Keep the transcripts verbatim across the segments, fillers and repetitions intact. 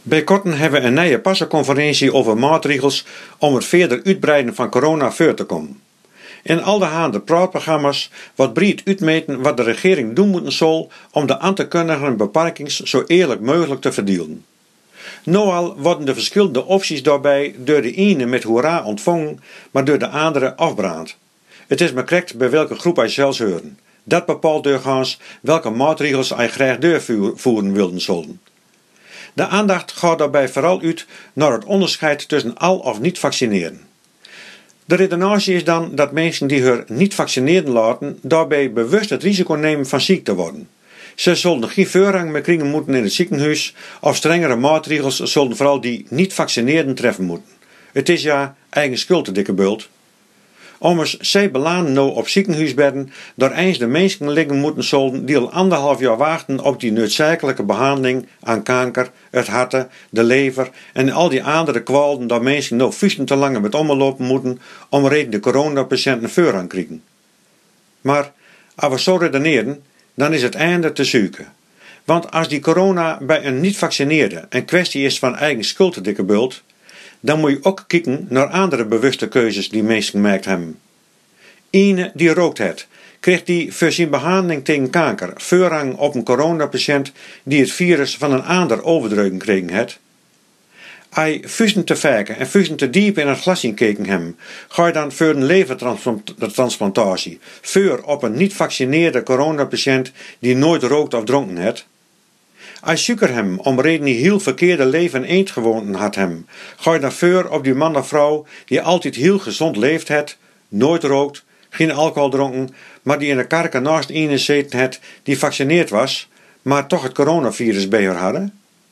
Bij korten hebben we een nieuwe passenconferentie over maatregels om het verder uitbreiden van corona voor te komen. In allerhande praatprogramma's wordt breed uitmeten wat de regering doen moet zal om de aan te kondigen beperkings zo eerlijk mogelijk te verdelen. Noal worden de verschillende opties daarbij door de ene met hoera ontvangen, maar door de andere afbraand. Het is maar correct bij welke groep hij zelfs horen. Dat bepaalt doorgaans welke maatregels hij graag doorvoeren wilden zullen. De aandacht gaat daarbij vooral uit naar het onderscheid tussen al of niet vaccineren. De redenatie is dan dat mensen die haar niet vaccineren laten, daarbij bewust het risico nemen van ziek te worden. Ze zullen geen voorrang meer krijgen moeten in het ziekenhuis, of strengere maatregels zullen vooral die niet vaccineerden treffen moeten. Het is ja eigen schuld, de dikke bult. Ommers, zij belaan nou op ziekenhuisbedden, door eens de mensen liggen moeten zullen die al anderhalf jaar wachten op die noodzakelijke behandeling aan kanker, het hart, de lever en al die andere kwalen dat mensen nou vies te lang met omlopen moeten om reden de coronapatiënten voorrang krijgen. Maar, als we zo redeneren, dan is het einde te zoeken. Want als die corona bij een niet-vaccineerde een kwestie is van eigen schuld, de dikke bult, dan moet je ook kijken naar andere bewuste keuzes die mensen gemaakt hebben. Ene die rookt het, kreeg die voor zijn behandeling tegen kanker voorrang op een coronapatiënt die het virus van een ander overdrukken kregen het. Als je fusen te vaken en fusen te diep in het glas inkeken hebben, ga je dan voor een levertransplantatie, voor op een niet-vaccineerde coronapatiënt die nooit rookt of dronken het. Als suiker hem om reden die heel verkeerde leven- en eetgewoonten had hem, ga je dan voor op die man of vrouw die altijd heel gezond leeft het, nooit rookt, geen alcohol dronken, maar die in de karken naast een gezeten het die vaccineerd was, maar toch het coronavirus bij haar hadden?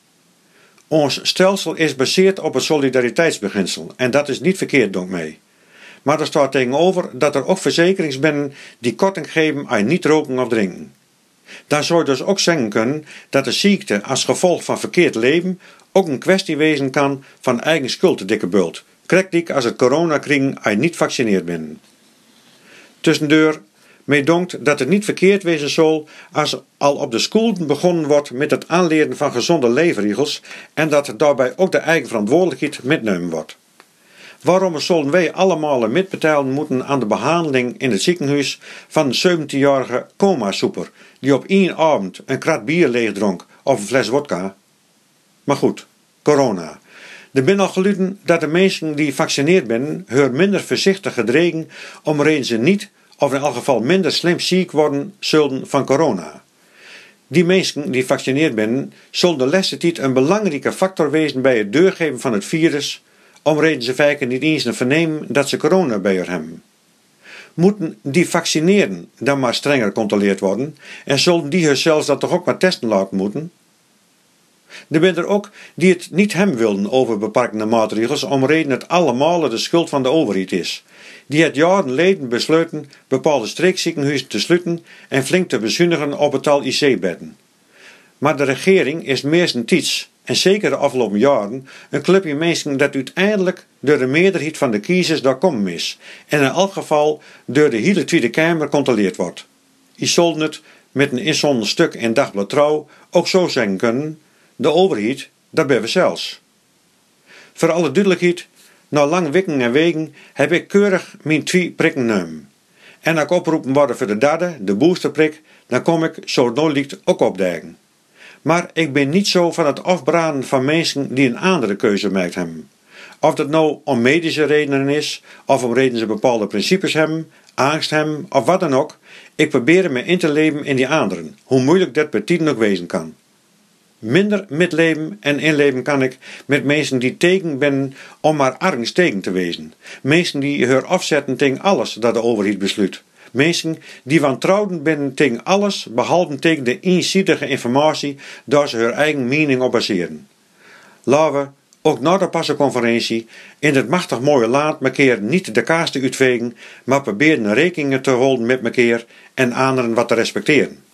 Ons stelsel is gebaseerd op het solidariteitsbeginsel en dat is niet verkeerd, denk mij. Maar er staat tegenover dat er ook verzekeringsbinnen die korting geven aan niet roken of drinken. Dan zou je dus ook zeggen kunnen dat de ziekte als gevolg van verkeerd leven ook een kwestie wezen kan van eigen schuld, de dikke bult. Krijgt als het corona krijgen als je niet vaccineerd bent. Tussendeur, mij donkt dat het niet verkeerd wezen zal als al op de school begonnen wordt met het aanleren van gezonde leefregels en dat daarbij ook de eigen verantwoordelijkheid metnemen wordt. Waarom zullen wij allemaal metbetalen moeten aan de behandeling in het ziekenhuis van een zeventienjarige coma-soeper die op één avond een krat bier leegdronk of een fles wodka? Maar goed, corona. Er zijn al geluiden dat de mensen die gevaccineerd zijn, haar minder voorzichtig gedreven om reden ze niet, of in elk geval minder slim ziek worden zullen van corona. Die mensen die gevaccineerd zijn, zullen de laatste tijd een belangrijke factor wezen bij het doorgeven van het virus, om reden ze vaak niet eens te vernemen dat ze corona bij haar hebben. Moeten die vaccineren dan maar strenger gecontroleerd worden en zullen die haar zelfs dat toch ook maar testen laten moeten? Er zijn er ook die het niet hem wilden over beperkende maatregels om reden het allemaal de schuld van de overheid is. Die het jaren geleden besloten bepaalde streekziekenhuizen te sluiten en flink te bezuinigen op het al I C-bedden. Maar de regering is meestentijds, en zeker de afgelopen jaren, een clubje mensen dat uiteindelijk door de meerderheid van de kiezers daar komen is en in elk geval door de hele Tweede Kamer gecontroleerd wordt. Je zult het met een inzonden stuk in Dagblad Trouw ook zo zeggen kunnen, de overheid, dat ben we zelfs. Voor alle duidelijkheid, na lang wikken en wegen heb ik keurig mijn twee prikken genomen. En als ik oproepen worden voor de derde, de boosterprik, dan kom ik, zo het nooit ligt, ook opdagen. Maar ik ben niet zo van het afbraden van mensen die een andere keuze gemaakt hebben. Of dat nou om medische redenen is, of om redenen ze bepaalde principes hebben, angst hebben, of wat dan ook. Ik probeer me in te leven in die anderen, hoe moeilijk dat per tien ook wezen kan. Minder metleven en inleven kan ik met mensen die tegen ben om maar ergens tegen te wezen. Mensen die haar afzetten tegen alles dat de overheid besluit. Mensen die wantrouwen zijn tegen alles behalve tegen de eenzijdige informatie daar ze haar eigen mening op baseren. Laten we, ook na de passenconferentie, in het machtig mooie land mekaar niet de kaas te uitvegen, maar proberen rekening te houden met mekaar en anderen wat te respecteren.